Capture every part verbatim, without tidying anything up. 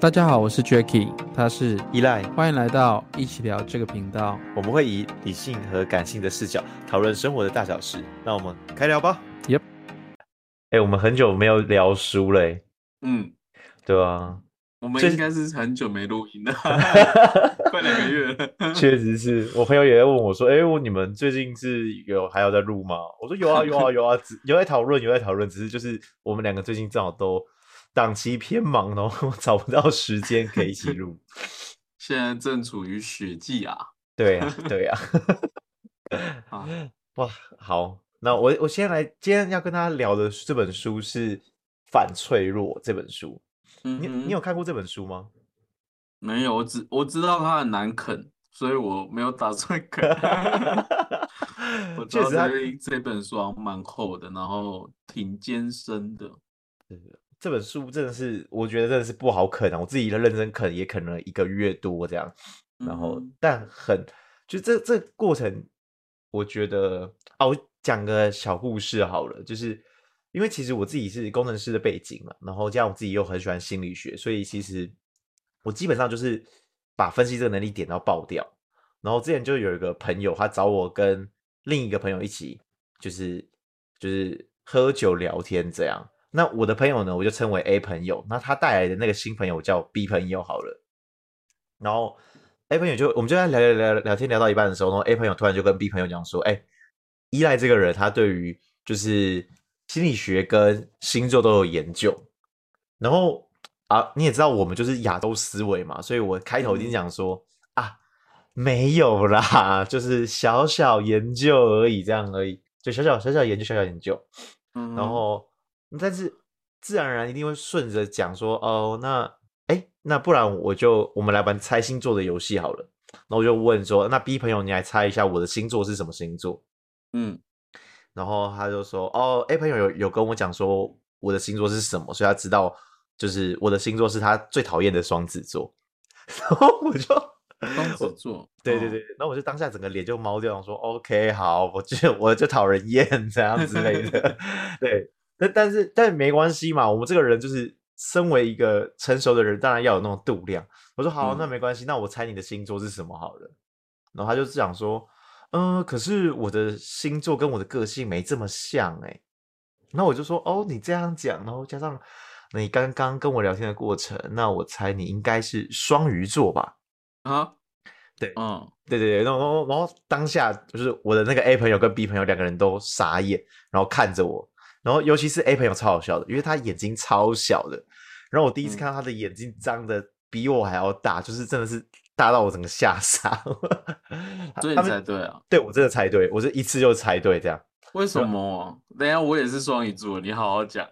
大家好，我是 Jacky， 他是依赖， 欢迎来到一起聊这个频道。 我们会以理性和感性的视角讨论生活的大小事。那我们开聊吧。 Yep， 哎、欸，我们很久没有聊书了、欸。 嗯， 对啊， 我们应该是很久没录音了，快两个月了。 确实是我朋友也在问我说：“哎、欸，你们最近是有还要在录吗？”我说：“有啊，有啊，有啊，有在讨论，有在讨论。只是就是我们两个最近正好都档期偏忙，然后找不到时间可以一起录。 现在正处于雪季啊。 对啊，对啊。啊，哇，好，那我我先来，今天要跟大家聊的这本书是《反脆弱》这本书。 嗯、 你你有看过这本书吗？ 没有，我只我知道它很难啃，所以我没有打算啃。我知道这这本书好像蛮厚的，然后挺艰深的。 这本书真的是，我觉得真的是不好啃啊！我自己的认真啃也啃了一个月多这样，然后、嗯、但很就这这个过程，我觉得啊，我讲个小故事好了，就是因为其实我自己是工程师的背景嘛，然后加上我自己又很喜欢心理学，所以其实我基本上就是把分析这个能力点到爆掉。然后之前就有一个朋友，他找我跟另一个朋友一起，就是就是喝酒聊天这样。那我的朋友呢，我就称为 A 朋友。那他带来的那个新朋友叫 B 朋友好了。然后 A 朋友就我们就在聊聊聊聊天聊到一半的时候，然后 A 朋友突然就跟 B 朋友讲说：“哎、欸，依赖这个人，他对于就是心理学跟星座都有研究。然后啊，你也知道我们就是亚洲思维嘛，所以我开头已经讲说、嗯、啊，没有啦，就是小小研究而已，这样而已，就小小小小研究，小小研究。嗯、然后。”但是自然而然一定会顺着讲说哦，那哎，那不然我就我们来玩猜星座的游戏好了。然后我就问说，那 B 朋友你来猜一下我的星座是什么星座？嗯，然后他就说哦 ，A 朋友有有跟我讲说我的星座是什么，所以他知道就是我的星座是他最讨厌的双子座。然后我就双子座， 对对对，然后我就当下整个脸就猫掉，说 OK 好，我就我就讨人厌这样之类的，对。但但是但没关系嘛，我们这个人就是身为一个成熟的人，当然要有那种度量。我说好，那没关系，那我猜你的星座是什么好了。然后他就讲说，嗯、呃，可是我的星座跟我的个性没这么像哎、欸。然后我就说，哦，你这样讲，然后加上你刚刚跟我聊天的过程，那我猜你应该是双鱼座吧？啊，对，嗯，对对对，然后然后当下就是我的那个 A 朋友跟 B 朋友两个人都傻眼，然后看着我。然后尤其是 A 朋友超好笑的，因为他眼睛超小的，然后我第一次看到他的眼睛张的比我还要大，嗯、就是真的是大到我整个吓傻。 所以你猜对啊？ 对，我真的猜对，我是一次就猜对这样。 为什么、啊？等一下我也是双鱼座，你好好讲。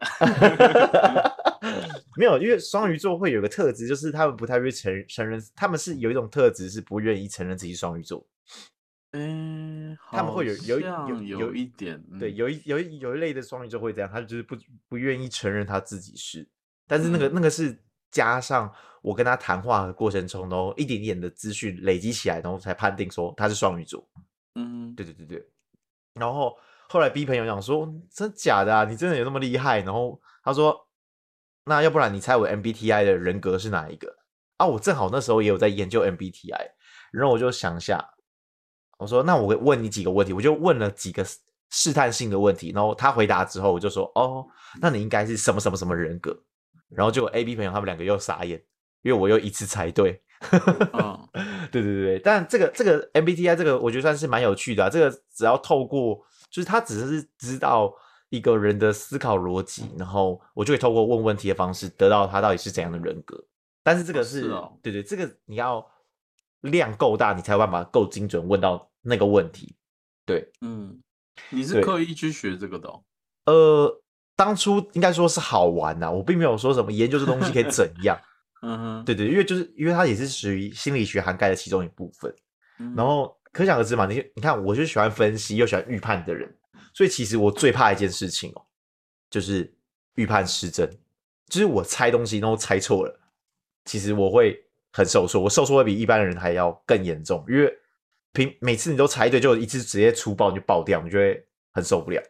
没有，因为双鱼座会有个特质，就是他们不太愿意承承认，他们是有一种特质是不愿意承认自己是双鱼座。 嗯， 他们会有有有有一点， 嗯、对，有一有一有一类的双鱼座会这样，他就是不不愿意承认他自己是，但是那个、嗯、那个是加上我跟他谈话的过程中，然后一点点的资讯累积起来，然后才判定说他是双鱼座。嗯，对对对对。然后后来 B 朋友讲说，真假的啊？你真的有那么厉害？然后他说，那要不然你猜我 M B T I 的人格是哪一个啊？我正好那时候也有在研究 M B T I， 然后我就想下。我说那我问你几个问题，我就问了几个试探性的问题，然后他回答之后我就说哦，那你应该是什么什么什么人格，然后就 A B 朋友他们两个又傻眼，因为我又一次猜对。嗯，对对对，但这个这个 M B T I 这个我觉得算是蛮有趣的啊，这个只要透过就是他只是知道一个人的思考逻辑，然后我就可以透过问问题的方式得到他到底是怎样的人格，但是这个是，哦是哦、对对，这个你要量够大，你才有办法够精准问到那个问题。对， 嗯，你是刻意去学这个的、哦？ 呃，当初应该说是好玩啊，我并没有说什么研究这东西可以怎样。嗯哼，对对，因为就是因为它也是属于心理学涵盖的其中一部分。嗯、然后可想而知嘛，你你看，我就喜欢分析又喜欢预判的人，所以其实我最怕一件事情哦，就是预判失真，就是我猜东西然后猜错了，其实我会很受挫，我受挫会比一般人还要更严重，因为平每次你都猜对，就一次直接出爆你就爆掉，你就会很受不了。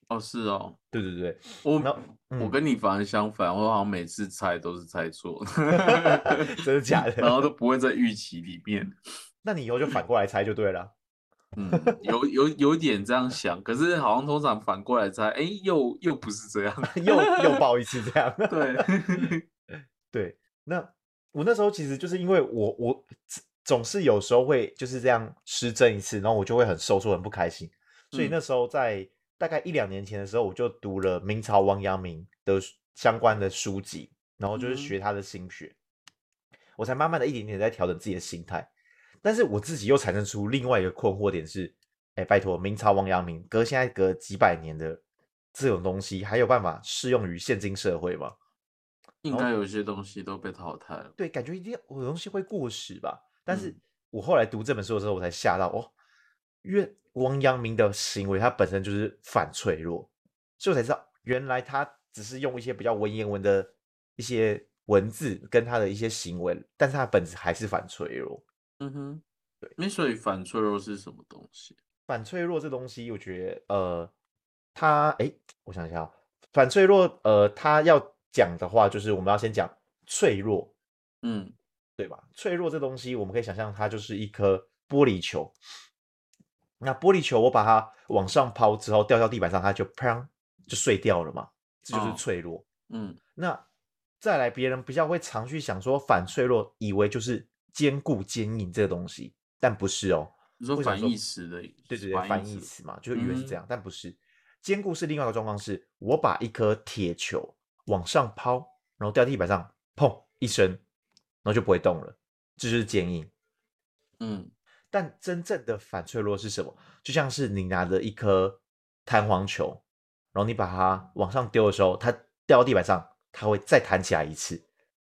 哦，是哦， 对对对， 我那嗯， 我跟你反而相反，我好像每次猜都是猜错， 真的假然后都的？ 不会在预期里面。 那你以后就反过来猜就对了。 嗯，有有有点这样想，可是好像通常反过来猜，哎，又又不是这样。 又又爆一次这样。 对， 对，那我那时候其实就是因为我我总是有时候会就是这样失真一次，然后我就会很受挫，很不开心。所以嗯那时候在大概一两年前的时候，我就读了明朝王阳明的相关的书籍，然后就是嗯学他的心学，我才慢慢的一点点在调整自己的心态。但是我自己又产生出另外一个困惑点是，哎，拜托，明朝王阳明隔现在隔几百年的这种东西，还有办法适用于现今社会吗？ 应该有些东西都被淘汰了。 对，感觉一定有东西会过时吧。但是嗯我后来读这本书的时候，我才吓到哦，因为王阳明的行为，他本身就是反脆弱，所以我才知道，原来他只是用一些比较文言文的一些文字跟他的一些行为，但是他本质还是反脆弱。 嗯哼， 对， 那所以反脆弱是什么东西？ 反脆弱这东西，我觉得呃，他哎，我想一下哦，反脆弱呃，他要讲的话，就是我们要先讲脆弱。 嗯对吧？脆弱这东西，我们可以想象它就是一颗玻璃球。那玻璃球我把它往上抛之后，掉到地板上，它就砰就碎掉了嘛，这就是哦脆弱。 嗯， 那再来，别人比较会常去想说反脆弱，以为就是坚固坚硬这个东西，但不是哦。 你说会想说， 反义词的对对对，反义反义词， 词嘛，就以为是这嗯样，但不是。坚固是另外一个状况是，我把一颗铁球往上抛，然后掉地板上，砰一声，然后就不会动了，这就是坚硬。 嗯但真正的反脆弱是什么？就像是你拿着一颗弹簧球，然后你把它往上丢的时候，它掉到地板上，它会再弹起来一次。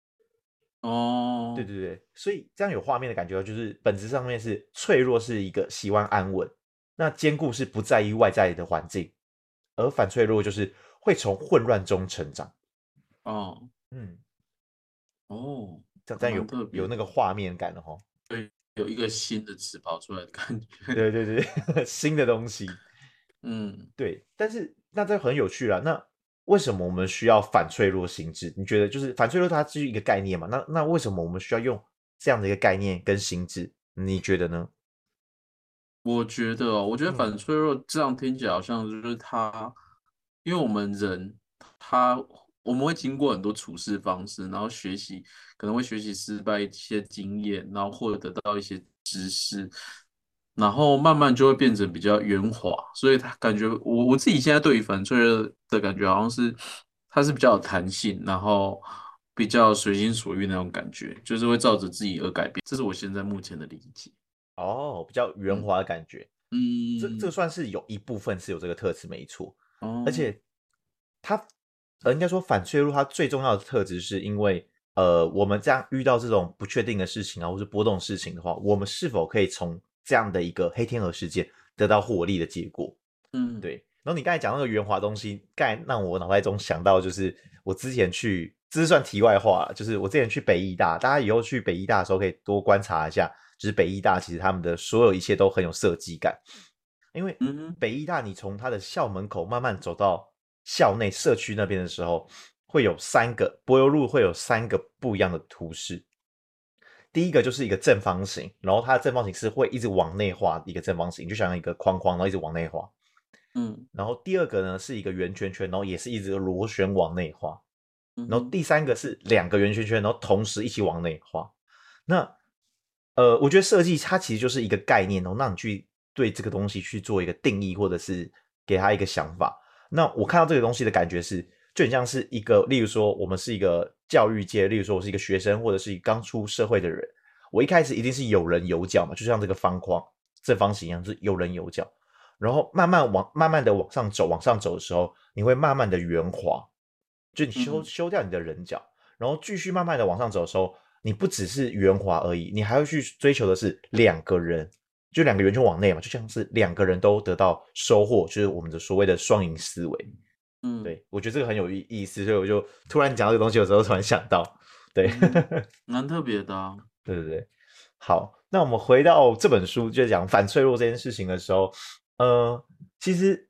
对哦， 对对，所以这样有画面的感觉，就是本质上面是脆弱是一个喜欢安稳，那坚固是不在意外在的环境，而反脆弱就是会从混乱中成长。 哦嗯， 哦，还这样这样有蛮特别的， 有那个画面感的哈。 对，有一个新的词跑出来的感觉。 对对对，新的东西。 嗯， 对，但是那这很有趣啊。那为什么我们需要反脆弱心智？你觉得就是反脆弱它是一个概念嘛？那那为什么我们需要用这样的一个概念跟心智？你觉得呢？ 我觉得哦，我觉得嗯反脆弱这样听起来好像就是他，因为我们人他我们会经过很多处事方式，然后学习可能会学习失败一些经验，然后获得到一些知识，然后慢慢就会变成比较圆滑，所以他感觉我我自己现在对于反脆弱的感觉好像是它是比较有弹性，然后比较随心所欲那种感觉，就是会照着自己而改变，这是我现在目前的理解。 哦，比较圆嗯滑的感觉，这这嗯。 算是有一部分是有这个特质没错，而哦， 且它呃应该说反脆弱它最重要的特质是因为呃我们这样遇到这种不确定的事情啊，或是波动的事情的话，我们是否可以从这样的一个黑天鹅事件得到获利的结果？ 嗯对，然后你刚才讲那个圆滑东西，刚才让我脑袋中想到就是我之前去，这是算题外话了，就是我之前去北医大，大家以后去北医大的时候可以多观察一下，就是北医大其实他们的所有一切都很有设计感，因为嗯北医大你从它的校门口慢慢走到校内社区那边的时候，会有三个柏油路会有三个不一样的图示，第一个就是一个正方形，然后它的正方形是会一直往内画一个正方形，就像一个框框，然后一直往内画。 嗯然后第二个呢是一个圆圈圈，然后也是一直螺旋往内画。然后嗯第三个是两个圆圈圈，然后同时一起往内画。那呃，我觉得设计它其实就是一个概念哦，让你去对这个东西去做一个定义，或者是给它一个想法。那我看到这个东西的感觉是，就很像是一个，例如说我们是一个教育界，例如说我是一个学生，或者是一个刚出社会的人，我一开始一定是有棱有角嘛，就像这个方框正方形一样，就是有棱有角。然后慢慢往慢慢的往上走，往上走的时候，你会慢慢的圆滑，就你修嗯修掉你的棱角，然后继续慢慢的往上走的时候，你不只是圆滑而已，你还会去追求的是两个人，就两个圆圈往内嘛，就像是两个人都得到收获，就是我们的所谓的双赢思维。 嗯对，我觉得这个很有意意思，所以我就突然讲到这个东西的时候，突然想到，对， 嗯，蛮特别的啊。 对对对。好，那我们回到这本书，就是讲反脆弱这件事情的时候，呃，其实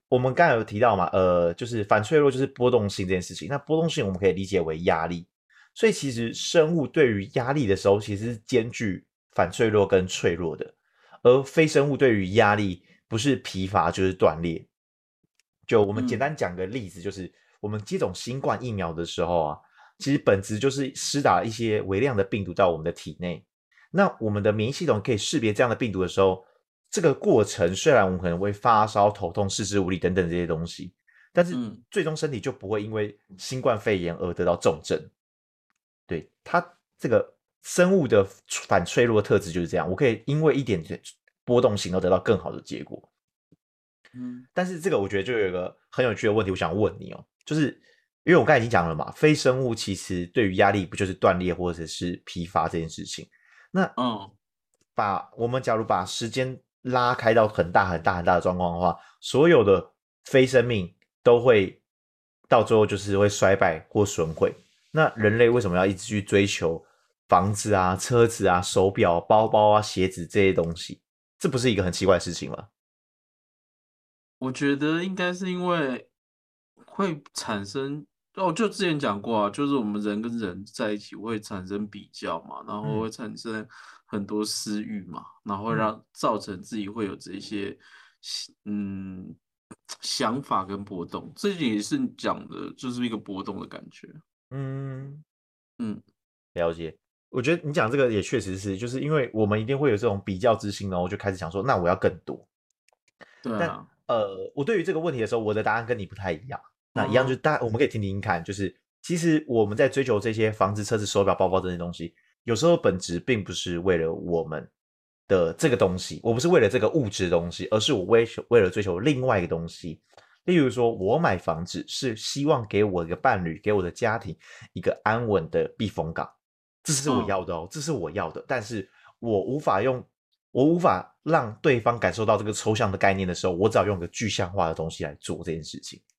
我们刚才有提到嘛，呃，就是反脆弱就是波动性这件事情。那波动性我们可以理解为压力，所以其实生物对于压力的时候，其实是兼具反脆弱跟脆弱的，而非生物对于压力不是疲乏就是断裂。就我们简单讲个例子，就是我们接种新冠疫苗的时候啊，其实本质就是施打一些微量的病毒到我们的体内。那我们的免疫系统可以识别这样的病毒的时候，这个过程虽然我们可能会发烧、头痛、四肢无力等等这些东西，但是最终身体就不会因为新冠肺炎而得到重症。对，它这个生物的反脆弱特质就是这样，我可以因为一点波动性而得到更好的结果。嗯，但是这个我觉得就有一个很有趣的问题，我想问你哦，就是因为我刚才已经讲了嘛，非生物其实对于压力不就是断裂或者是疲乏这件事情。那嗯，把我们假如把时间拉开到很大很大很大的状况的话，所有的非生命都会到最后就是会衰败或损毁。那人类为什么要一直去追求房子啊、车子啊、手表、包包啊、鞋子这些东西？这不是一个很奇怪的事情吗？ 我觉得应该是因为会产生，哦，就之前讲过啊，就是我们人跟人在一起会产生比较嘛，然后会产生很多私欲嘛，然后让造成自己会有这些嗯想法跟波动，这也是讲的就是一个波动的感觉。 嗯嗯，了解。我觉得你讲这个也确实是，就是因为我们一定会有这种比较之心，然后就开始想说，那我要更多。 对啊。 但呃，我对于这个问题的时候，我的答案跟你不太一样。那一样就是大，我们可以听听看，就是其实我们在追求这些房子、车子、手表、包包这些东西，有时候本质并不是为了我们的这个东西，我不是为了这个物质的东西，而是我为为了追求另外一个东西。例如说，我买房子是希望给我的伴侣、给我的家庭一个安稳的避风港，这是我要的哦，这是我要的。但是我无法用，我无法让对方感受到这个抽象的概念的时候，我只好用个具象化的东西来做这件事情。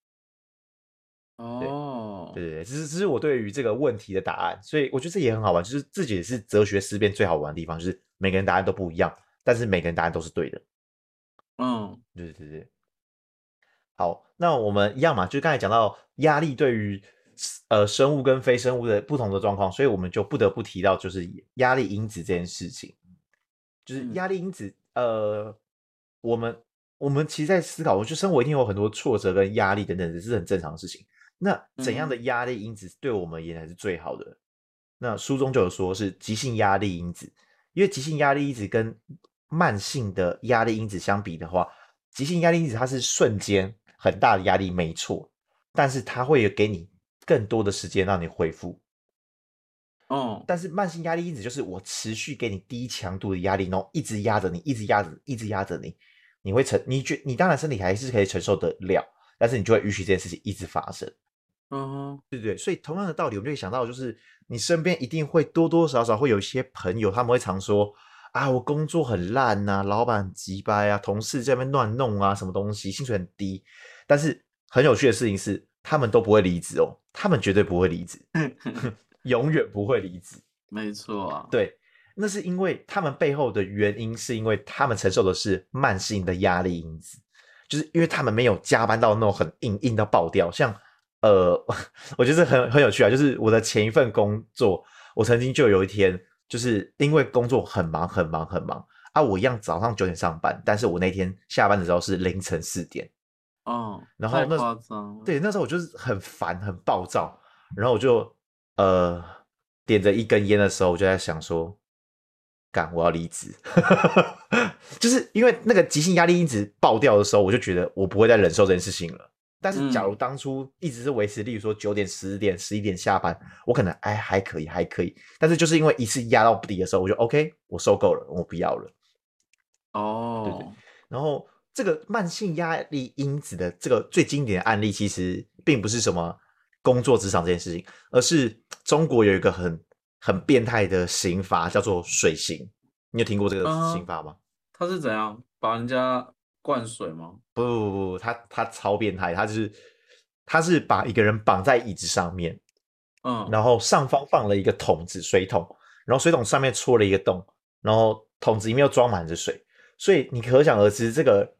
哦，对对对，这是这是我对于这个问题的答案，所以我觉得这也很好玩，就是这也是哲学思辨最好玩的地方，就是每个人答案都不一样，但是每个人答案都是对的。嗯，对对对。好，那我们一样嘛，就刚才讲到压力对于呃生物跟非生物的不同的状况，所以我们就不得不提到就是压力因子这件事情。就是压力因子，呃，我们我们其实在思考，我觉得生活一定有很多挫折跟压力等等，这是很正常的事情。那怎样的压力因子对我们而言才是最好的？那书中就有说是急性压力因子，因为急性压力因子跟慢性的压力因子相比的话，急性压力因子它是瞬间很大的压力，没错，但是它会给你更多的时间让你恢复。哦，但是慢性压力因子就是我持续给你低强度的压力，然后一直压着你，一直压着，一直压着你，你会承，你觉你当然身体还是可以承受得了，但是你就会允许这件事情一直发生。嗯，对对，所以同样的道理，我们就会想到，就是你身边一定会多多少少会有一些朋友，他们会常说啊，我工作很烂啊，老板很鸡掰啊，同事在那边乱弄啊，什么东西，薪水很低。但是很有趣的事情是，他们都不会离职哦，他们绝对不会离职。永远不会离职， 没错啊。 对，那是因为他们背后的原因，是因为他们承受的是慢性的压力因子，就是因为他们没有加班到那种很硬硬到爆掉。像呃，我觉得很很有趣啊，就是我的前一份工作，我曾经就有一天，就是因为工作很忙很忙很忙啊，我一样早上九点上班，但是我那天下班的时候是凌晨四点。 哦， 然后那太夸张了。 对，那时候我就是很烦很暴躁，然后我就呃点着一根烟的时候，我就在想说，干，我要离职，就是因为那个急性压力因子爆掉的时候，我就觉得我不会再忍受这件事情了。但是假如当初一直是维持，例如说九点、十点、十一点下班，我可能哎还可以还可以，但是就是因为一次压到底的时候，我就 OK， 我受够了，我不要了。哦，对对，然后。这个慢性压力因子的这个最经典的案例，其实并不是什么工作职场这件事情，而是中国有一个很很变态的刑罚，叫做水刑。你有听过这个刑罚吗？ 他是怎样把人家灌水吗？ 不不不，他他超变态，他就是他是把一个人绑在椅子上面，嗯，然后上方放了一个桶子，水桶，然后水桶上面戳了一个洞，然后桶子里面又装满着水，所以你可想而知这个。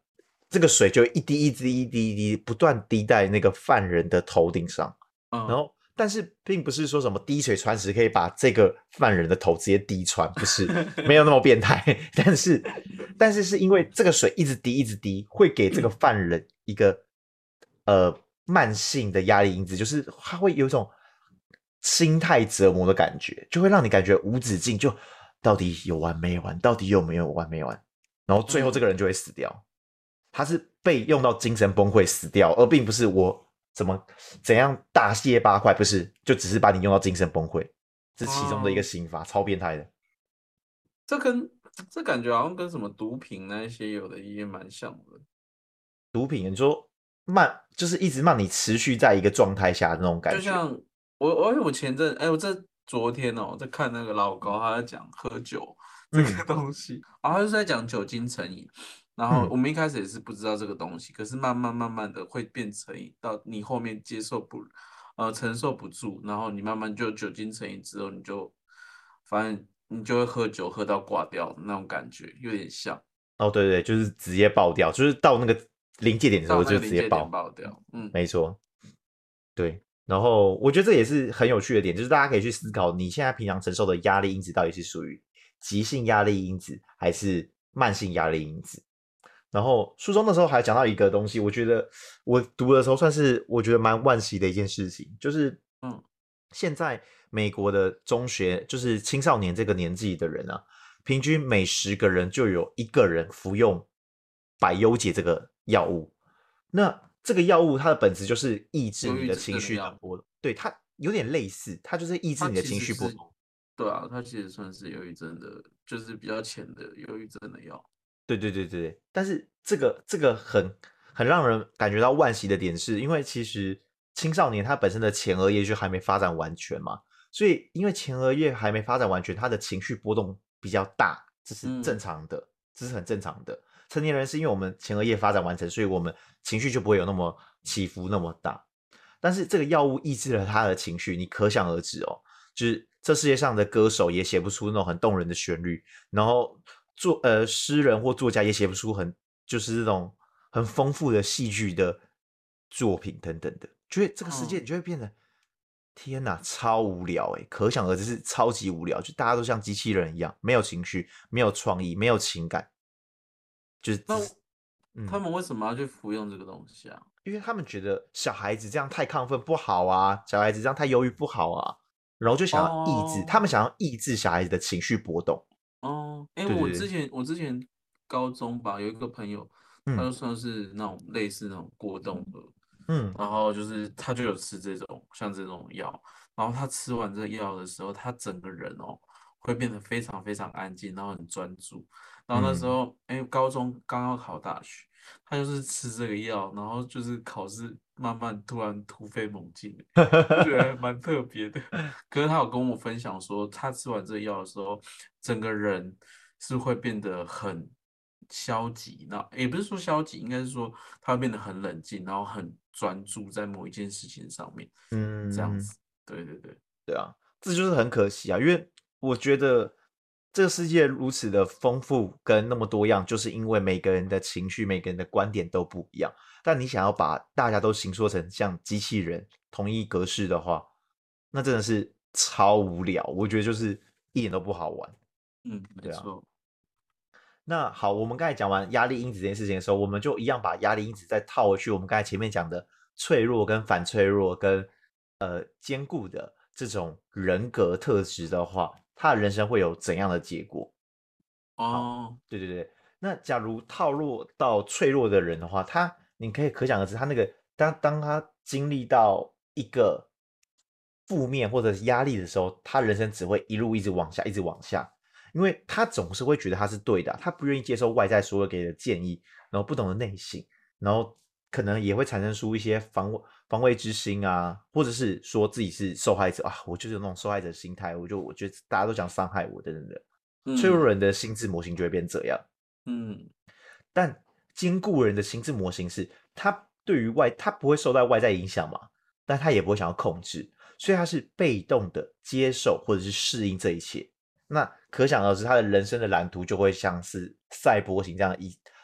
这个水就一滴一滴一滴一滴不断滴在那个犯人的头顶上， 嗯， 然后但是并不是说什么滴水穿石可以把这个犯人的头直接滴穿，不是，没有那么变态，但是但是是因为这个水一直滴一直滴，会给这个犯人一个呃慢性的压力因子，就是他会有一种心态折磨的感觉，就会让你感觉无止境，就到底有完没完，到底有没有完没完，然后最后这个人就会死掉。嗯，他是被用到精神崩溃死掉，而并不是我怎么怎样大卸八块，不是，就只是把你用到精神崩溃，这是其中的一个刑罚，哦，超变态的。 这跟这感觉好像跟什么毒品那一些有的也蛮像的。 毒品，你说慢，就是一直让你持续在一个状态下的那种感觉。 就像我，我我前阵，哎，我这昨天哦，在看那个老高，他在讲喝酒这个东西，嗯，然后他就是在讲酒精成瘾。然后我们一开始也是不知道这个东西，嗯，可是慢慢慢慢的会变成瘾，到你后面接受不，呃，承受不住，然后你慢慢就酒精成瘾之后，你就反正你就会喝酒喝到挂掉的那种感觉，有点像。 哦，对对，就是直接爆掉，就是到那个临界点的时候就直接爆， 爆掉。嗯， 没错。对，然后我觉得这也是很有趣的点，就是大家可以去思考，你现在平常承受的压力因子到底是属于急性压力因子还是慢性压力因子。然后书中的时候还讲到一个东西，我觉得我读的时候算是我觉得蛮惋惜的一件事情，就是嗯，现在美国的中学就是青少年这个年纪的人啊，平均每十个人就有一个人服用百忧解这个药物。那这个药物它的本质就是抑制你的情绪的波动，对，它有点类似，它就是抑制你的情绪波动。 对啊，它其实算是忧郁症的，就是比较浅的忧郁症的药。 对对对对对，但是这个这个很很让人感觉到惋惜的点是，因为其实青少年他本身的前额叶就还没发展完全嘛，所以因为前额叶还没发展完全，他的情绪波动比较大，这是正常的，嗯，这是很正常的。成年人是因为我们前额叶发展完成，所以我们情绪就不会有那么起伏那么大。但是这个药物抑制了他的情绪，你可想而知哦，就是这世界上的歌手也写不出那种很动人的旋律，然后作呃诗人或作家也写不出很就是这种很丰富的戏剧的作品等等的，就会这个世界你就会变得、嗯、天哪，超无聊哎，可想而知是超级无聊，就大家都像机器人一样，没有情绪，没有创意，没有情感，就是那、 嗯、 他们为什么要去服用这个东西啊？ 因为他们觉得小孩子这样太亢奋不好啊，小孩子这样太忧郁不好啊，然后就想要抑制，哦、他们想要抑制小孩子的情绪波动。 哦，哎，我之前我之前高中吧，有一个朋友，他就算是那种类似那种过动的，嗯，然后就是他就有吃这种像这种药，然后他吃完这个药的时候，他整个人哦会变得非常非常安静，然后很专注。然后那时候，哎、嗯，高中刚刚考大学，他就是吃这个药，然后就是考试慢慢突然突飞猛进，我觉得蛮特别的。可是他有跟我分享说，他吃完这个药的时候，整个人是会变得很消极，那也不是说消极，应该是说他会变得很冷静，然后很专注在某一件事情上面，嗯，这样子。对对对， 对啊，这就是很可惜啊，因为我觉得这个世界如此的丰富跟那么多样，就是因为每个人的情绪、每个人的观点都不一样。但你想要把大家都形塑成像机器人同一格式的话，那真的是超无聊。我觉得就是一点都不好玩。 嗯，没错。 啊、那好，我们刚才讲完压力因子这件事情的时候，我们就一样把压力因子再套回去我们刚才前面讲的脆弱跟反脆弱跟呃坚固的这种人格特质的话，他的人生会有怎样的结果？ 哦， 对对对。那假如套落到脆弱的人的话，他你可以可想而知，他那个当当他经历到一个负面或者是压力的时候，他人生只会一路一直往下，一直往下，因为他总是会觉得他是对的，他不愿意接受外在所有给的建议，然后不懂得内省，然后可能也会产生出一些防防卫之心啊，或者是说自己是受害者啊，我就是有那种受害者心态，我就我觉得大家都想伤害我等等的。脆弱人的心智模型就会变这样，嗯，但坚固人的心智模型是，他对于外，他不会受到外在影响嘛，但他也不会想要控制，所以他是被动的接受或者是适应这一切。那可想而知，他的人生的蓝图就会像是赛博型这样以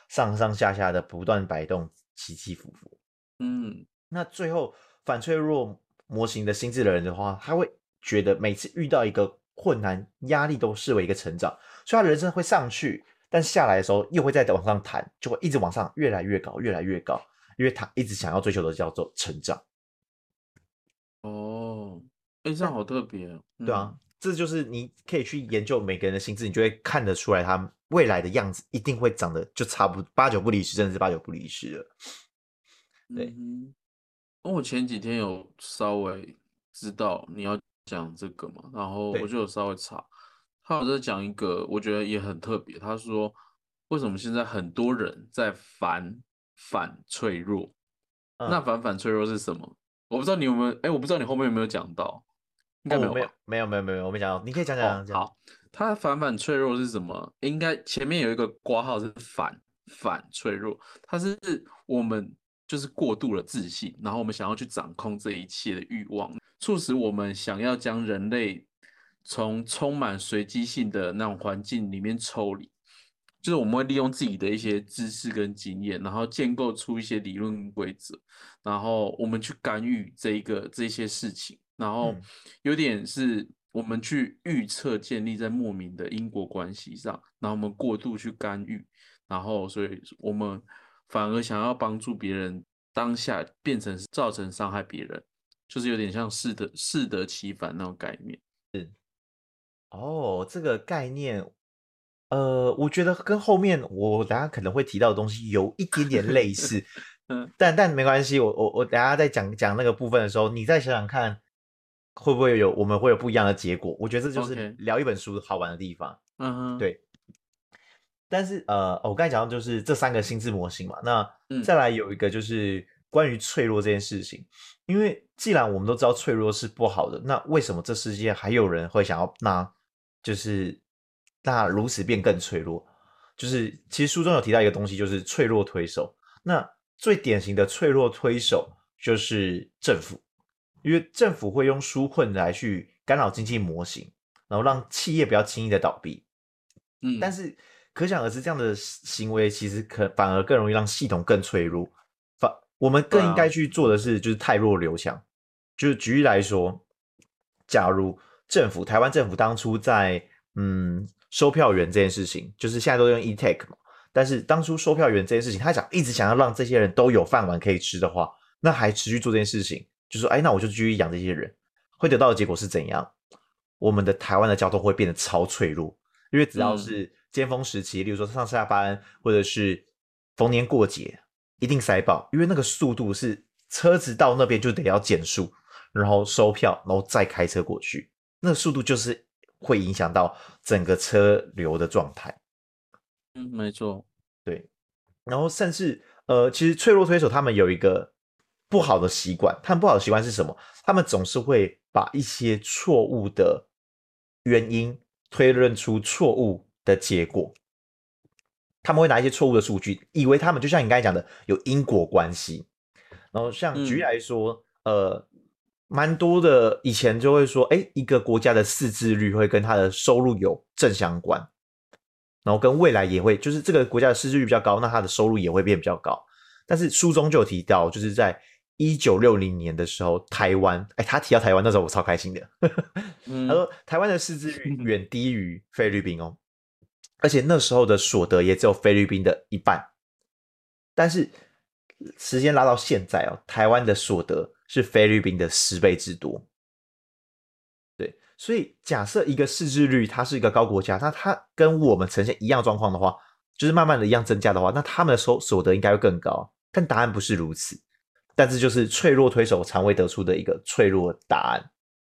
上上下下的不断摆动，起起伏伏。 嗯， 那最后反脆弱模型的心智的人的话，他会觉得每次遇到一个困难、压力都视为一个成长，所以他人生会上去，但下来的时候又会再往上弹，就会一直往上，越来越高，越来越高，因为他一直想要追求的叫做成长。 哦，哎，这样好特别哦。 对啊，这就是你可以去研究每个人的心智，你就会看得出来他未来的样子一定会长得就差不八九不离十，甚至是八九不离十了。对， 嗯哼，我前几天有稍微知道你要讲这个嘛，然后我对， 就有稍微查，他有在讲一个，我觉得也很特别。他说，为什么现在很多人在反反脆弱？那嗯， 反反脆弱是什么？我不知道你有没有，哎，我不知道你后面有没有讲到，应该哦， 没有吧？ 没有，没有，没有，没有，我没讲到，你可以讲哦， 讲讲。 好，它反反脆弱是什么？应该前面有一个括号是反反脆弱，它是我们就是过度了自信，然后我们想要去掌控这一切的欲望，促使我们想要将人类从充满随机性的那种环境里面抽离。就是我们会利用自己的一些知识跟经验，然后建构出一些理论规则，然后我们去干预这一个这些事情，然后嗯， 有点是我们去预测建立在莫名的因果关系上，然后我们过度去干预，然后所以我们反而想要帮助别人，当下变成是造成伤害别人，就是有点像适得适得其反那种概念。 哦，这个概念，呃，我觉得跟后面我等下可能会提到的东西有一点点类似， 嗯但但没关系，我我我等下在讲讲那个部分的时候，你再想想看，会不会有我们会有不一样的结果？我觉得这就是 ，OK， 聊一本书好玩的地方。 嗯哼， 对，但是呃，我刚才讲到就是这三个心智模型嘛，那嗯再来有一个就是关于脆弱这件事情，因为既然我们都知道脆弱是不好的，那为什么这世界还有人会想要那，就是那如此变更脆弱？就是其实书中有提到一个东西，就是脆弱推手。那最典型的脆弱推手就是政府，因为政府会用纾困来去干扰经济模型，然后让企业不要轻易的倒闭。但嗯， 是可想而知，这样的行为其实可反而更容易让系统更脆弱。反我们对啊， 更应该去做的是，就是太弱留强。就是举例来说，假如政府台湾政府当初在嗯收票员这件事情，就是现在都用 e-take 嘛，但是当初收票员这件事情，他想一直想要让这些人都有饭碗可以吃的话，那还持续做这件事情，就说哎，那我就继续养这些人，会得到的结果是怎样？我们的台湾的交通会变得超脆弱。因为只要嗯。 是尖峰时期，例如说上下班或者是逢年过节，一定塞爆，因为那个速度是车子到那边就得要减速，然后收票，然后再开车过去，那个速度就是会影响到整个车流的状态。 嗯，没错。 对，然后甚至呃，其实脆弱推手他们有一个不好的习惯，他们不好的习惯是什么？他们总是会把一些错误的原因推论出错误的结果。他们会拿一些错误的数据，以为他们就像你刚才讲的有因果关系。然后像举例嗯来说，呃，蛮多的以前就会说，哎，一个国家的识字率会跟它的收入有正相关，然后跟未来也会，就是这个国家的识字率比较高，那它的收入也会变比较高。但是书中就有提到，就是在一九六零年的时候，台湾，哎，他提到台湾那时候我超开心的，他嗯说台湾的识字率远低于菲律宾哦，而且那时候的所得也只有菲律宾的一半。但是时间拉到现在哦，台湾的所得是菲律宾的十倍之多。对，所以假设一个识字率它是一个高国家，那它跟我们呈现一样状况的话，就是慢慢的一样增加的话，那他们的收所得应该会更高。但答案不是如此，但是就是脆弱推手常会得出的一个脆弱答案。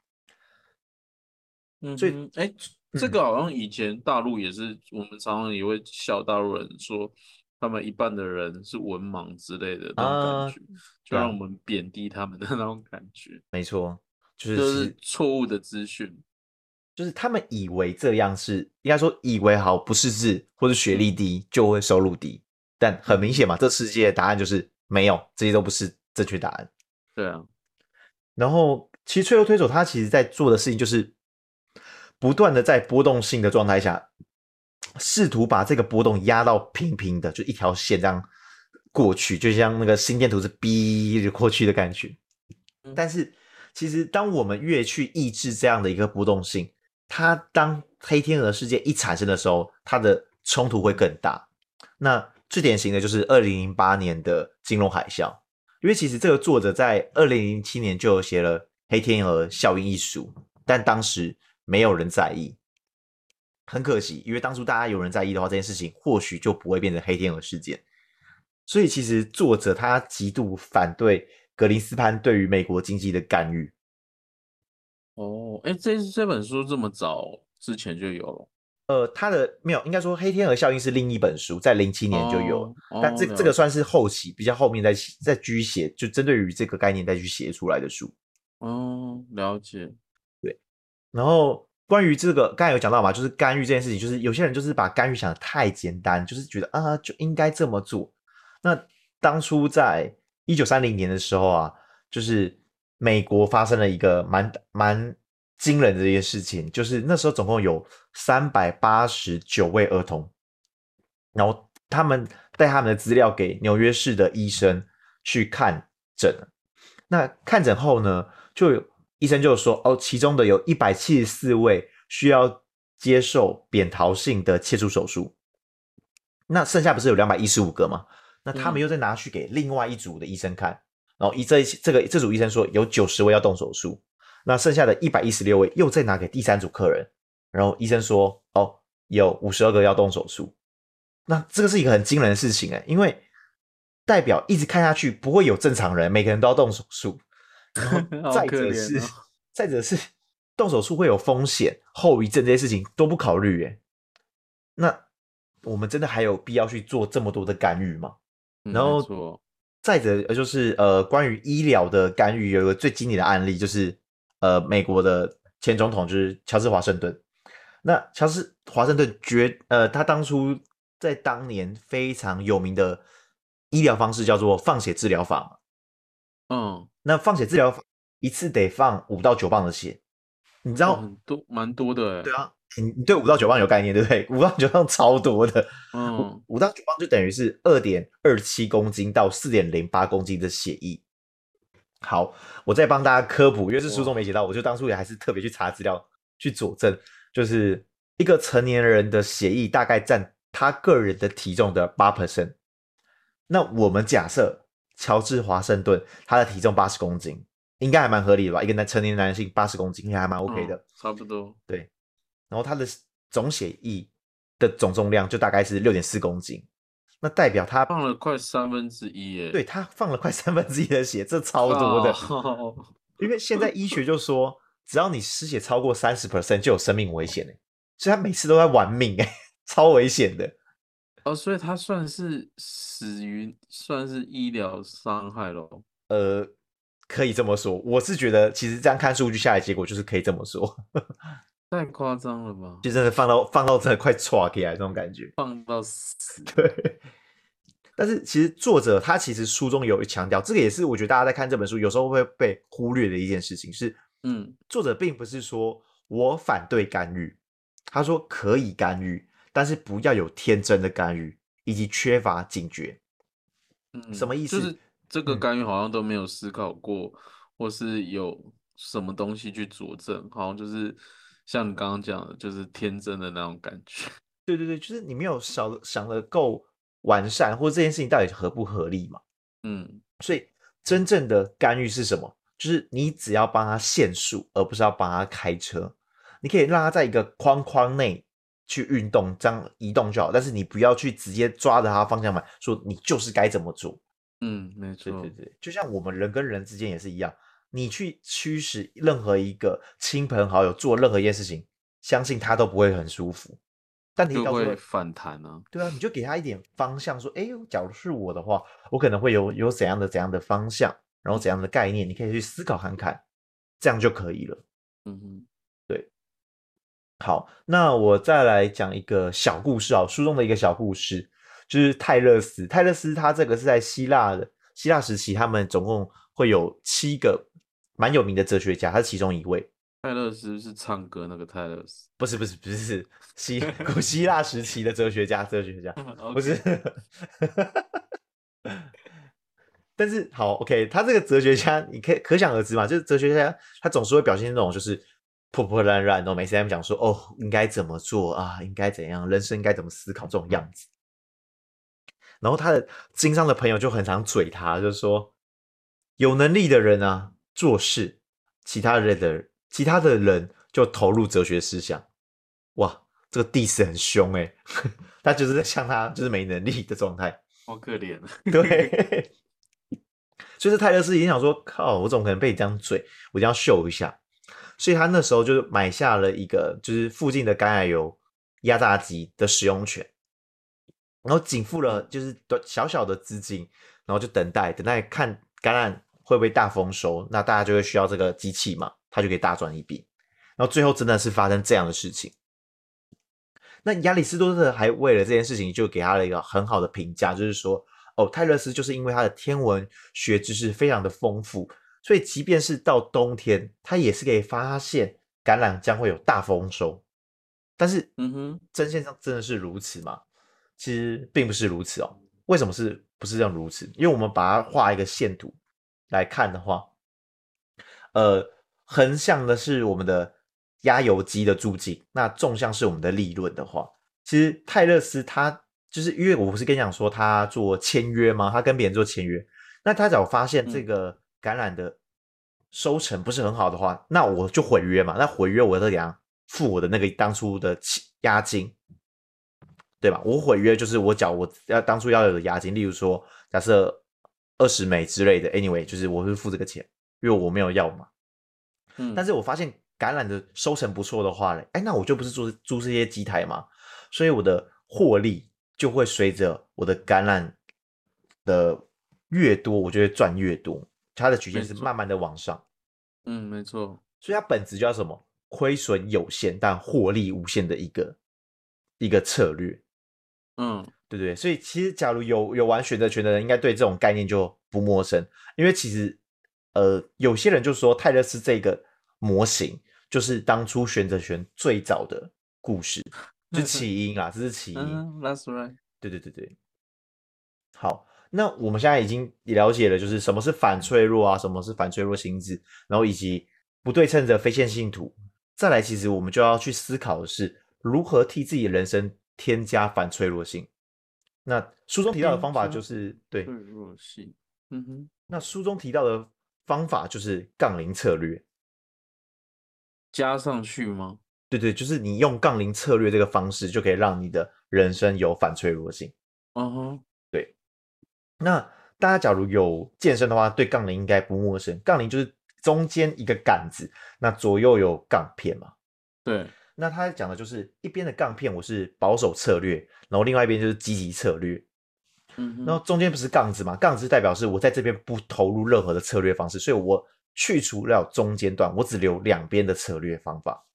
所以， 嗯哼，哎，这嗯个好像以前大陆也是，我们常常也会笑大陆人说，他们一半的人是文盲之类的那种感啊、 觉，就对啊， 让我们贬低他们的那种感觉， 没错，就是就是其实错误的资讯。 就是他们以为这样是应该说以为好不识字或者学历嗯低就会收入低，但很明显嗯， 嘛，这世界的答案就是没有，这些都不是正确答案。 对啊， 然后，其实脆弱推手他其实在做的事情就是不断的在波动性的状态下试图把这个波动压到平平的，就一条线这样过去，就像那个心电图是逼过去的感觉。但是其实当我们越去抑制这样的一个波动性，它当黑天鹅事件一产生的时候，它的冲突会更大。那最典型的就是二零零八年的金融海啸，因为其实这个作者在二零零七年就有写了《黑天鹅效应》一书，但当时没有人在意。很可惜，因为当初大家有人在意的话，这件事情或许就不会变成黑天鹅事件。所以其实作者他极度反对格林斯潘对于美国经济的干预。 哦，哎，这这本书这么早之前就有了？ 呃，他的没有，应该说黑天鹅效应是另一本书，在零七年就有了， 哦、 但这、 哦、 这个算是后期比较后面再再继续写，就针对于这个概念再去写出来的书。 哦，了解。 对，然后关于这个刚才有讲到嘛，就是干预这件事情，就是有些人就是把干预想得太简单，就是觉得啊就应该这么做。那当初在一九三零年的时候啊，就是美国发生了一个蛮蛮惊人的一件事情，就是那时候总共有三百八十九位儿童，然后他们带他们的资料给纽约市的医生去看诊。那看诊后呢，就有医生就说，哦，其中的有一百七十四位需要接受扁桃性的切除手术，那剩下不是有两百一十五个吗？那他们又再拿去给另外一组的医生看，然后这这个这组医生说有九十位要动手术，那剩下的一百一十六位又再拿给第三组客人，然后医生说哦有五十二个要动手术。那这个是一个很惊人的事情诶，因为代表一直看下去不会有正常人每个人都要动手术，然后再者是、 哦、 再者是动手术会有风险后遗症这些事情都不考虑诶，那我们真的还有必要去做这么多的干预吗？然后再者就是呃，关于医疗的干预有一个最经典的案例，就是呃，美国的前总统就是乔治华盛顿。那乔治华盛顿绝呃，他当初在当年非常有名的医疗方式叫做放血治疗法。 嗯， 那放血治疗法一次得放五到九磅的血，你知道、 哦、很多蛮多的哎。 对啊。你你对五到九磅有概念对不对？五到九磅超多的， 嗯， 五到九磅就等于是二点二七公斤到四点零八公斤的血液。好，我再帮大家科普，因为是书中没写到，我就当初也还是特别去查资料去佐证，就是一个成年人的血液大概占他个人的体重的 百分之八。那我们假设乔治华盛顿他的体重八十公斤，应该还蛮合理的吧？一个男成年男性八十公斤应该还蛮 OK 的、 嗯、差不多。 对。然后他的总血液的总重量就大概是六点四公斤，那代表他放了快三分之一耶。 对，他放了快三分之一的血，这超多的。 哦、 因为现在医学就说，只要你失血超过 百分之三十 就有生命危险耶，所以他每次都在玩命耶，超危险的。 哦，所以他算是死于算是医疗伤害咯。 呃，可以这么说，我是觉得其实这样看数据下来，结果就是可以这么说。 太夸张了吧？ 就真的放到放到真的快唰起来这种感觉， 放到死。 对。但是其实作者他其实书中有强调，这个也是我觉得大家在看这本书有时候会被忽略的一件事情是， 嗯， 作者并不是说我反对干预，他说可以干预，但是不要有天真的干预以及缺乏警觉。 嗯， 什么意思？ 就是这个干预好像都没有思考过，嗯、或是有什么东西去佐证，好像就是像你刚刚讲的，就是天真的那种感觉。 对对对，就是你没有想想的够完善，或者这件事情到底合不合理嘛？ 嗯， 所以真正的干预是什么？就是你只要帮他限速，而不是要帮他开车。你可以让他在一个框框内去运动，这样移动就好。但是你不要去直接抓着他方向盘，说你就是该怎么做。 嗯，没错。 对对对，就像我们人跟人之间也是一样，你去驱使任何一个亲朋好友做任何一件事情，相信他都不会很舒服。但你就会反弹啊。 对啊，你就给他一点方向，说，哎，假如是我的话，我可能会有有怎样的怎样的方向，然后怎样的概念，你可以去思考看看，这样就可以了。 嗯哼， 对。好，那我再来讲一个小故事啊，书中的一个小故事，就是泰勒斯。泰勒斯他这个是在希腊的希腊时期，他们总共会有七个蛮有名的哲学家，他是其中一位。 泰勒斯是唱歌那个泰勒斯， 不是不是不是是希古希腊时期的哲学家，哲学家不是。但是好 ，OK， 他这个哲学家，你可以可想而知嘛，就是哲学家他总是会表现那种就是破破烂烂，然后每次在讲说哦应该怎么做啊，应该怎样，人生应该怎么思考这种样子。然后他的经商的朋友就很常嘴他，就是说有能力的人啊做事，其他人的其他的人就投入哲学思想。哇，这个 diss 很凶诶、欸、他就是在像他就是没能力的状态， 好可怜。 对。所以是泰勒斯已经想说，靠，我怎么可能被你这样嘴？我一定要秀一下。所以他那时候就买下了一个就是附近的橄榄油压榨机的使用权，然后仅付了就是小小的资金，然后就等待等待看橄榄会不会大丰收，那大家就会需要这个机器嘛，他就可以大赚一笔。然后最后真的是发生这样的事情。那亚里士多德还为了这件事情就给他了一个很好的评价，就是说哦，泰勒斯就是因为他的天文学知识非常的丰富，所以即便是到冬天，他也是可以发现橄榄将会有大丰收。但是， 嗯哼， 真相上真的是如此吗？其实并不是如此哦。为什么是不是这样如此？因为我们把它画一个线图来看的话，呃，横向的是我们的压油机的注进，那纵向是我们的利润的话，其实泰勒斯他就是因为我不是跟你讲说他做签约吗？他跟别人做签约，那他只要发现这个橄榄的收成不是很好的话，嗯、那我就毁约嘛。那毁约我再给他付我的那个当初的押金，对吧？我毁约就是我缴我要当初要有的押金，例如说假设二十美之类的 ，anyway， 就是我会付这个钱，因为我没有要嘛。嗯，但是我发现橄榄的收成不错的话嘞，哎，那我就不是租租这些机台嘛，所以我的获利就会随着我的橄榄的越多，我就会赚越多，它的曲线是慢慢的往上。 嗯，没错。 所以它本质叫什么？亏损有限但获利无限的一个一个策略。嗯，对对，所以其实假如有有玩选择权的人，应该对这种概念就不陌生，因为其实呃有些人就说泰勒斯这个模型就是当初选择权最早的故事，就起因啊，这是起因。 嗯 ，That's right。 对对对对。好，那我们现在已经了解了，就是什么是反脆弱啊，什么是反脆弱心智，然后以及不对称的非线性图。再来，其实我们就要去思考的是如何替自己的人生添加反脆弱性。那书中提到的方法就是对脆弱性，嗯哼。 那书中提到的方法就是杠铃策略， 加上去吗？ 对对，就是你用杠铃策略这个方式，就可以让你的人生有反脆弱性。 嗯哼， 对。那大家假如有健身的话，对杠铃应该不陌生。杠铃就是中间一个杆子，那左右有杠片嘛。 对。 那他讲的就是一边的杠片我是保守策略，然后另外一边就是积极策略。嗯哼，然后中间不是杠子嘛？杠子代表是我在这边不投入任何的策略方式，所以我去除了中间段，我只留两边的策略方法。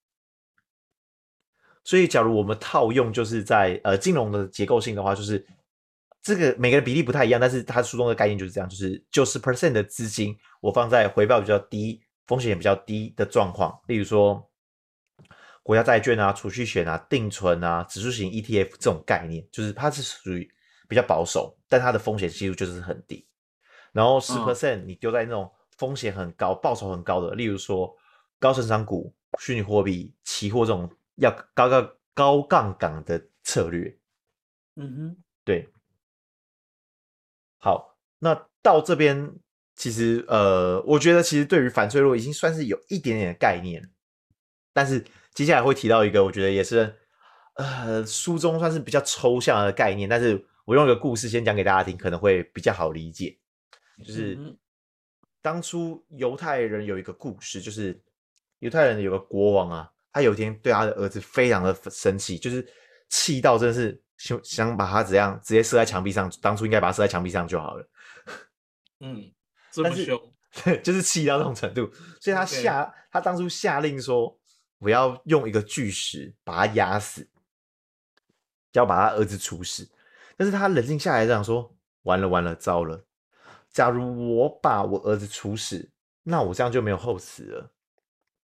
所以假如我们套用就是在呃金融的结构性的话，就是这个每个人比例不太一样，但是他书中的概念就是这样，就是百分之九十 的资金我放在回报比较低、风险也比较低的状况，例如说国家债券啊、储蓄险啊、定存啊、指数型 E T F 这种概念，就是它是属于比较保守，但它的风险系数就是很低。然后 百分之十 你丢在那种风险很高、报酬很高的，例如说高成长股、虚拟货币、期货这种要高高高杠杆的策略。嗯哼，对。好，那到这边其实呃，我觉得其实对于反脆弱已经算是有一点点的概念，但是接下来会提到一个我觉得也是呃书中算是比较抽象的概念，但是我用一个故事先讲给大家听，可能会比较好理解。就是当初犹太人有一个故事，就是犹太人有个国王啊，他有一天对他的儿子非常的生气，就是气到真的是想想把他怎样直接射在墙壁上，当初应该把他射在墙壁上就好了。 嗯，这么凶， 就是气到这种程度，所以他下、okay. 他当初下令说，我要用一个巨石把他压死，要把他儿子处死。但是他冷静下来这样说，完了完了，糟了！假如我把我儿子处死，那我这样就没有后嗣了。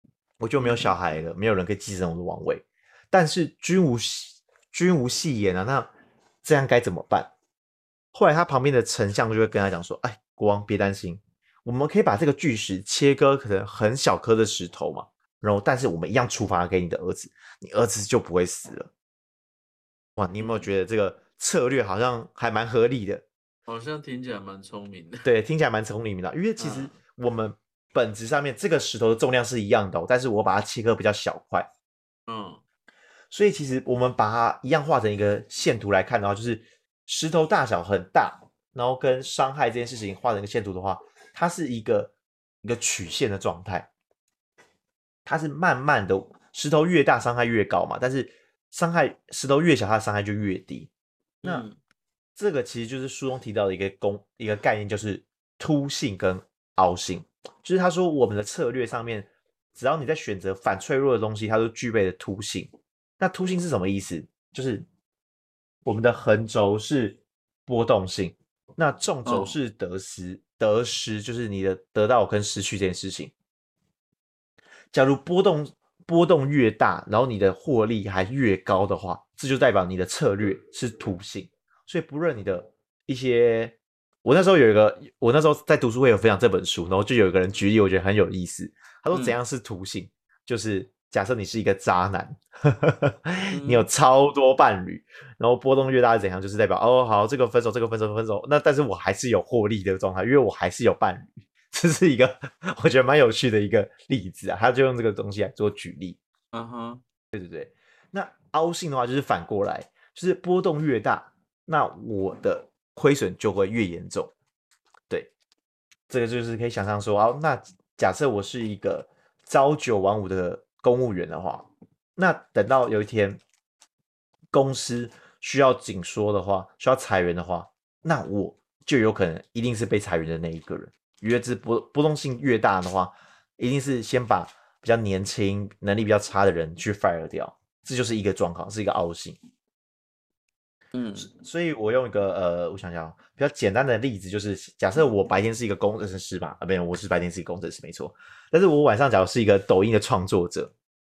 我就没有小孩了，没有人可以继承我的王位。但是君无君无戏言啊，那这样该怎么办？后来他旁边的丞相就会跟他讲说：“哎，国王别担心，我们可以把这个巨石切割可能很小颗的石头嘛，然后但是我们一样处罚给你的儿子，你儿子就不会死了。”哇，你有没有觉得这个策略好像还蛮合理的？ 好像听起来蛮聪明的。 对，听起来蛮聪明的，因为其实我们本质上面这个石头的重量是一样的、哦，但是我把它切割比较小块。 嗯， 所以其实我们把它一样画成一个线图来看的话，就是石头大小很大，然后跟伤害这件事情画成一个线图的话，它是一个一个曲线的状态，它是慢慢的，石头越大伤害越高嘛，但是伤害石头越小，它的伤害就越低。那、 嗯、 这个其实就是书中提到的一个公一个概念，就是凸性跟凹性，就是他说我们的策略上面，只要你在选择反脆弱的东西，它都具备了凸性。那凸性是什么意思？就是我们的横轴是波动性，那纵轴是得失，哦、得失就是你的得到跟失去这件事情。假如波动波动越大，然后你的获利还越高的话，这就代表你的策略是凸性。所以不论你的一些，我那时候有一个，我那时候在读书会有分享这本书，然后就有一个人举例，我觉得很有意思。他说怎样是凸性，嗯、就是假设你是一个渣男，你有超多伴侣，然后波动越大是怎样，就是代表哦好，这个分手，这个分手，分手，那但是我还是有获利的状态，因为我还是有伴侣。这是一个我觉得蛮有趣的一个例子啊，他就用这个东西来做举例。 嗯哼， 对对对。那凹性的话就是反过来，就是波动越大，那我的亏损就会越严重。对，这个就是可以想象说，啊，那假设我是一个朝九晚五的公务员的话，那等到有一天公司需要紧缩的话，需要裁员的话，那我就有可能一定是被裁员的那一个人。因为这波波动性越大的话，一定是先把比较年轻、能力比较差的人去 fire 掉，这就是一个状况，是一个凹性。 嗯， 所以我用一个呃，我想想比较简单的例子，就是假设我白天是一个工程师吧，啊，没有，我是白天是一个工程师，没错。但是我晚上假如是一个抖音的创作者，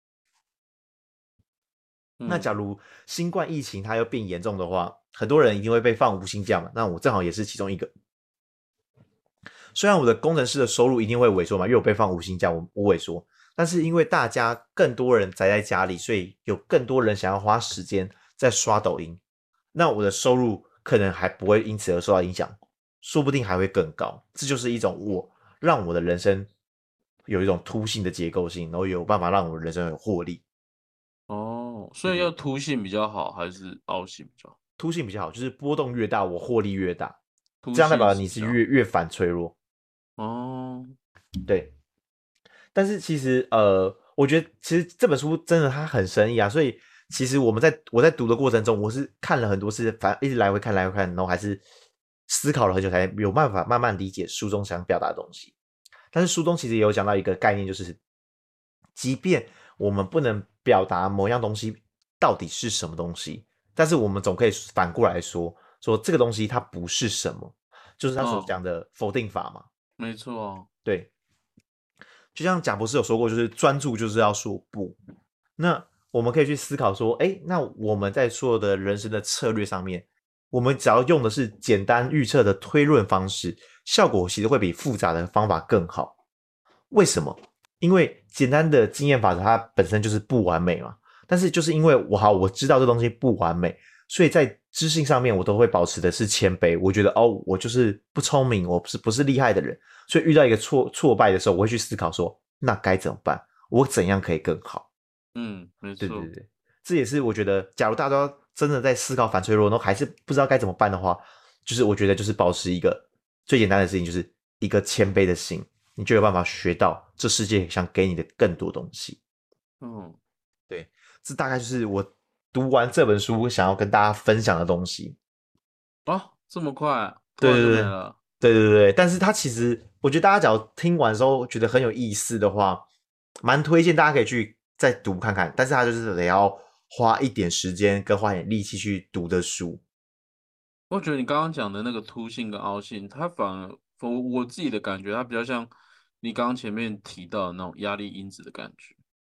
嗯、 那假如新冠疫情它又变严重的话，很多人一定会被放无薪假嘛，那我正好也是其中一个。虽然我的工程师的收入一定会萎缩嘛，因为我被放无薪假，我我萎缩，但是因为大家更多人宅在家里，所以有更多人想要花时间在刷抖音，那我的收入可能还不会因此而受到影响，说不定还会更高。这就是一种我让我的人生有一种凸性的结构性，然后有办法让我的人生有获利。 哦，所以要凸性比较好，还是凹性比较好？ 凸性比较好，就是波动越大，我获利越大， 凸这样代表性你是越越反脆弱。 哦， 对。但是其实呃，我觉得其实这本书真的它很深意啊，所以其实我们在我在读的过程中，我是看了很多次，反正一直来回看来回看，然后还是思考了很久，才有办法慢慢理解书中想表达的东西。但是书中其实也有讲到一个概念，就是即便我们不能表达某样东西到底是什么东西，但是我们总可以反过来说，说这个东西它不是什么，就是他所讲的否定法嘛。 没错， 对。就像贾博士有说过，就是专注就是要说不。那我们可以去思考说，哎，那我们在所有的人生的策略上面，我们只要用的是简单预测的推论方式，效果其实会比复杂的方法更好。为什么？因为简单的经验法则它本身就是不完美嘛。但是就是因为我好，我知道这东西不完美，所以在知性上面我都会保持的是谦卑。我觉得哦，我就是不聪明，我不是不是厉害的人。所以遇到一个挫挫败的时候，我会去思考说，那该怎么办？我怎样可以更好？ 嗯，没错， 对对对，这也是我觉得，假如大家都真的在思考反脆弱，然后还是不知道该怎么办的话，就是我觉得就是保持一个最简单的事情，就是一个谦卑的心，你就有办法学到这世界想给你的更多东西。 嗯， 对，这大概就是我读完这本书想要跟大家分享的东西。 哦，这么快，突对然就对对没了。 对对对，但是它其实，我觉得大家只要听完之后觉得很有意思的话，蛮推荐大家可以去再读看看。但是它就是得要花一点时间跟花一点力气去读的书。 我觉得你刚刚讲的那个凸性跟凹性，它反而我我自己的感觉，它比较像你刚刚前面提到的那种压力因子的感觉。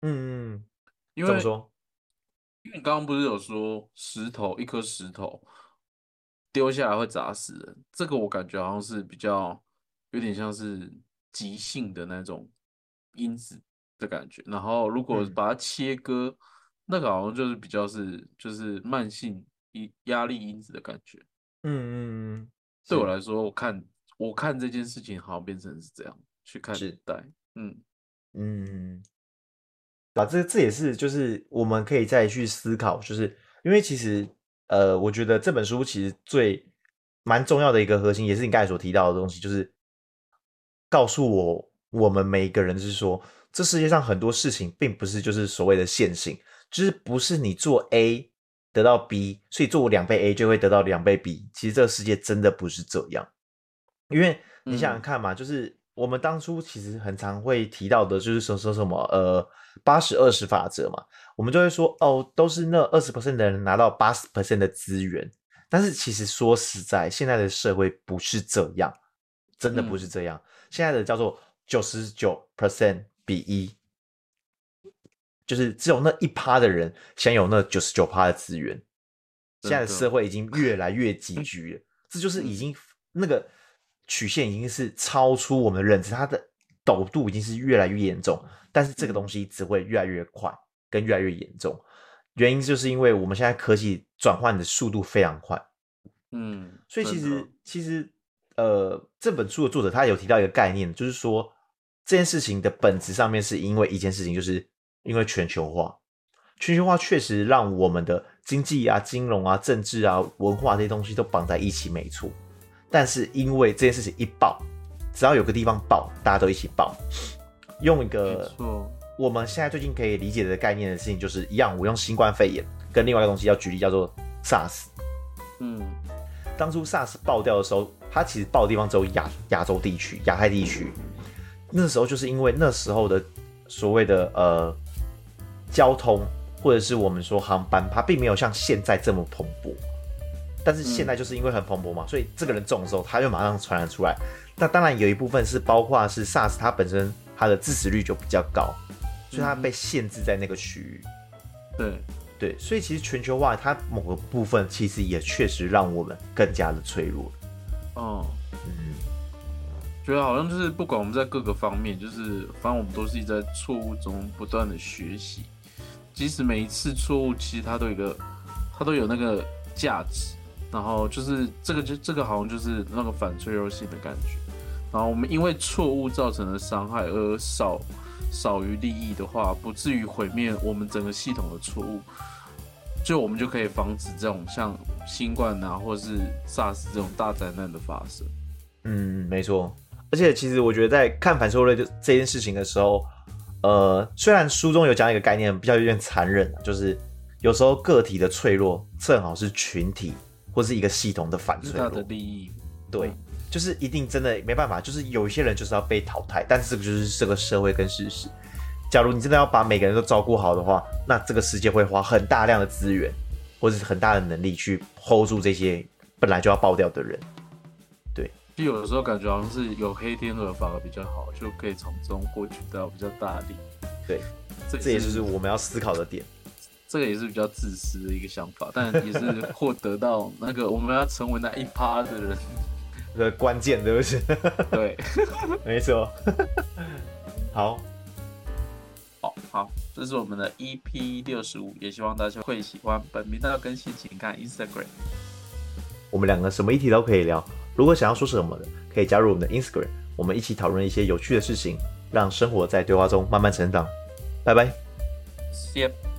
嗯嗯， 因为怎么说？ 因为你刚刚不是有说石头一颗石头丢下来会砸死人，这个我感觉好像是比较有点像是急性的那种因子的感觉，然后如果嗯把它切割，那个好像就是比较是就是慢性压压力因子的感觉。 嗯嗯， 对我是来说，我看我看这件事情好像变成是这样去看是， 待，嗯嗯。啊，这这也是就是我们可以再去思考，就是因为其实呃，我觉得这本书其实最蛮重要的一个核心，也是你刚才所提到的东西，就是告诉我我们每一个人，就是说这世界上很多事情并不是就是所谓的线性，就是不是你做 A 得到 B，所以做两倍 A 就会得到两倍 B，其实这个世界真的不是这样。因为你想想嗯看嘛，就是我们当初其实很常会提到的，就是说说什么呃八十二十法则嘛，我们就会说哦，都是那二十 percent 的人拿到八十 percent 的资源，但是其实说实在，现在的社会不是这样，真的不是嗯这样，现在的叫做九十九 percent 比一，就是只有那一趴的人享有那九十九趴的资源。现在的真的， 社会已经越来越集聚了，这就是已嗯经那个曲线已经是超出我们的认知，它的陡度已经是越来越严重，但是这个东嗯西只会越来越快，跟越来越严重。原因就是因为我们现在科技转换的速度非常快， 嗯， 所以其真的， 实其实呃，这本书的作者他有提到一个概念，就是说这件事情的本质上面是因为一件事情，就是因为全球化。全球化确实让我们的经济啊、金融啊、政治啊、文化这些东西都绑在一起，没错。但是因为这件事情一爆，只要有个地方爆，大家都一起爆。用一没个错， 我们现在最近可以理解的概念的事情，就是一样，我用新冠肺炎跟另外一个东西要举例，叫做 SARS。 嗯当初 SARS 爆掉的时候，它其实爆的地方只有亚亚洲地区、亚太地区。那时候就是因为那时候的所谓的呃交通，或者是我们说航班，它并没有像现在这么蓬勃。但是现在就是因为很蓬勃嘛，所以这个人中的时候，他就马上传染出来。那当然有一部分是包括是 SARS 它本身它的致死率就比较高，所以它被限制在那个区域。 对， 对，所以其实全球化它某个部分其实也确实让我们更加的脆弱。 哦， 嗯， 觉得好像就是不管我们在各个方面，就是反正我们都是一直在错误中不断的学习，即使每一次错误，其实它都有一个，它都有那个价值。然后就是这个就这个好像就是那个反脆弱性的感觉。然后我们因为错误造成的伤害而少少于利益的话，不至于毁灭我们整个系统的错误，就我们就可以防止这种像新冠啊或是 SARS 这种大灾难的发生。 嗯，没错。而且其实我觉得在看反脆弱这件事情的时候，呃，虽然书中有讲一个概念比较有点残忍，就是有时候个体的脆弱正好是群体或是一个系统的反脆弱。 是他的利益。 对，就是一定真的没办法，就是有一些人就是要被淘汰，但是这个就是这个社会跟事实。假如你真的要把每个人都照顾好的话，那这个世界会花很大量的资源，或者是很大的能力去 hold 住这些本来就要爆掉的人。对， 就有的时候感觉好像是有黑天鹅反而比较好，就可以从中获取到比较大的利益。 对， 这这也就是我们要思考的点。 这个也是比较自私的一个想法，但也是获得到那个我们要成为那一趴的人的关键，对不对？ 对， 没错。好， 好好，这是我们的 E P 六十五，也希望大家会喜欢。本频道更新请看 Instagram。 我们两个什么议题都可以聊，如果想要说什么的，可以加入我们的 Instagram， 我们一起讨论一些有趣的事情，让生活在对话中慢慢成长。拜拜。 See ya.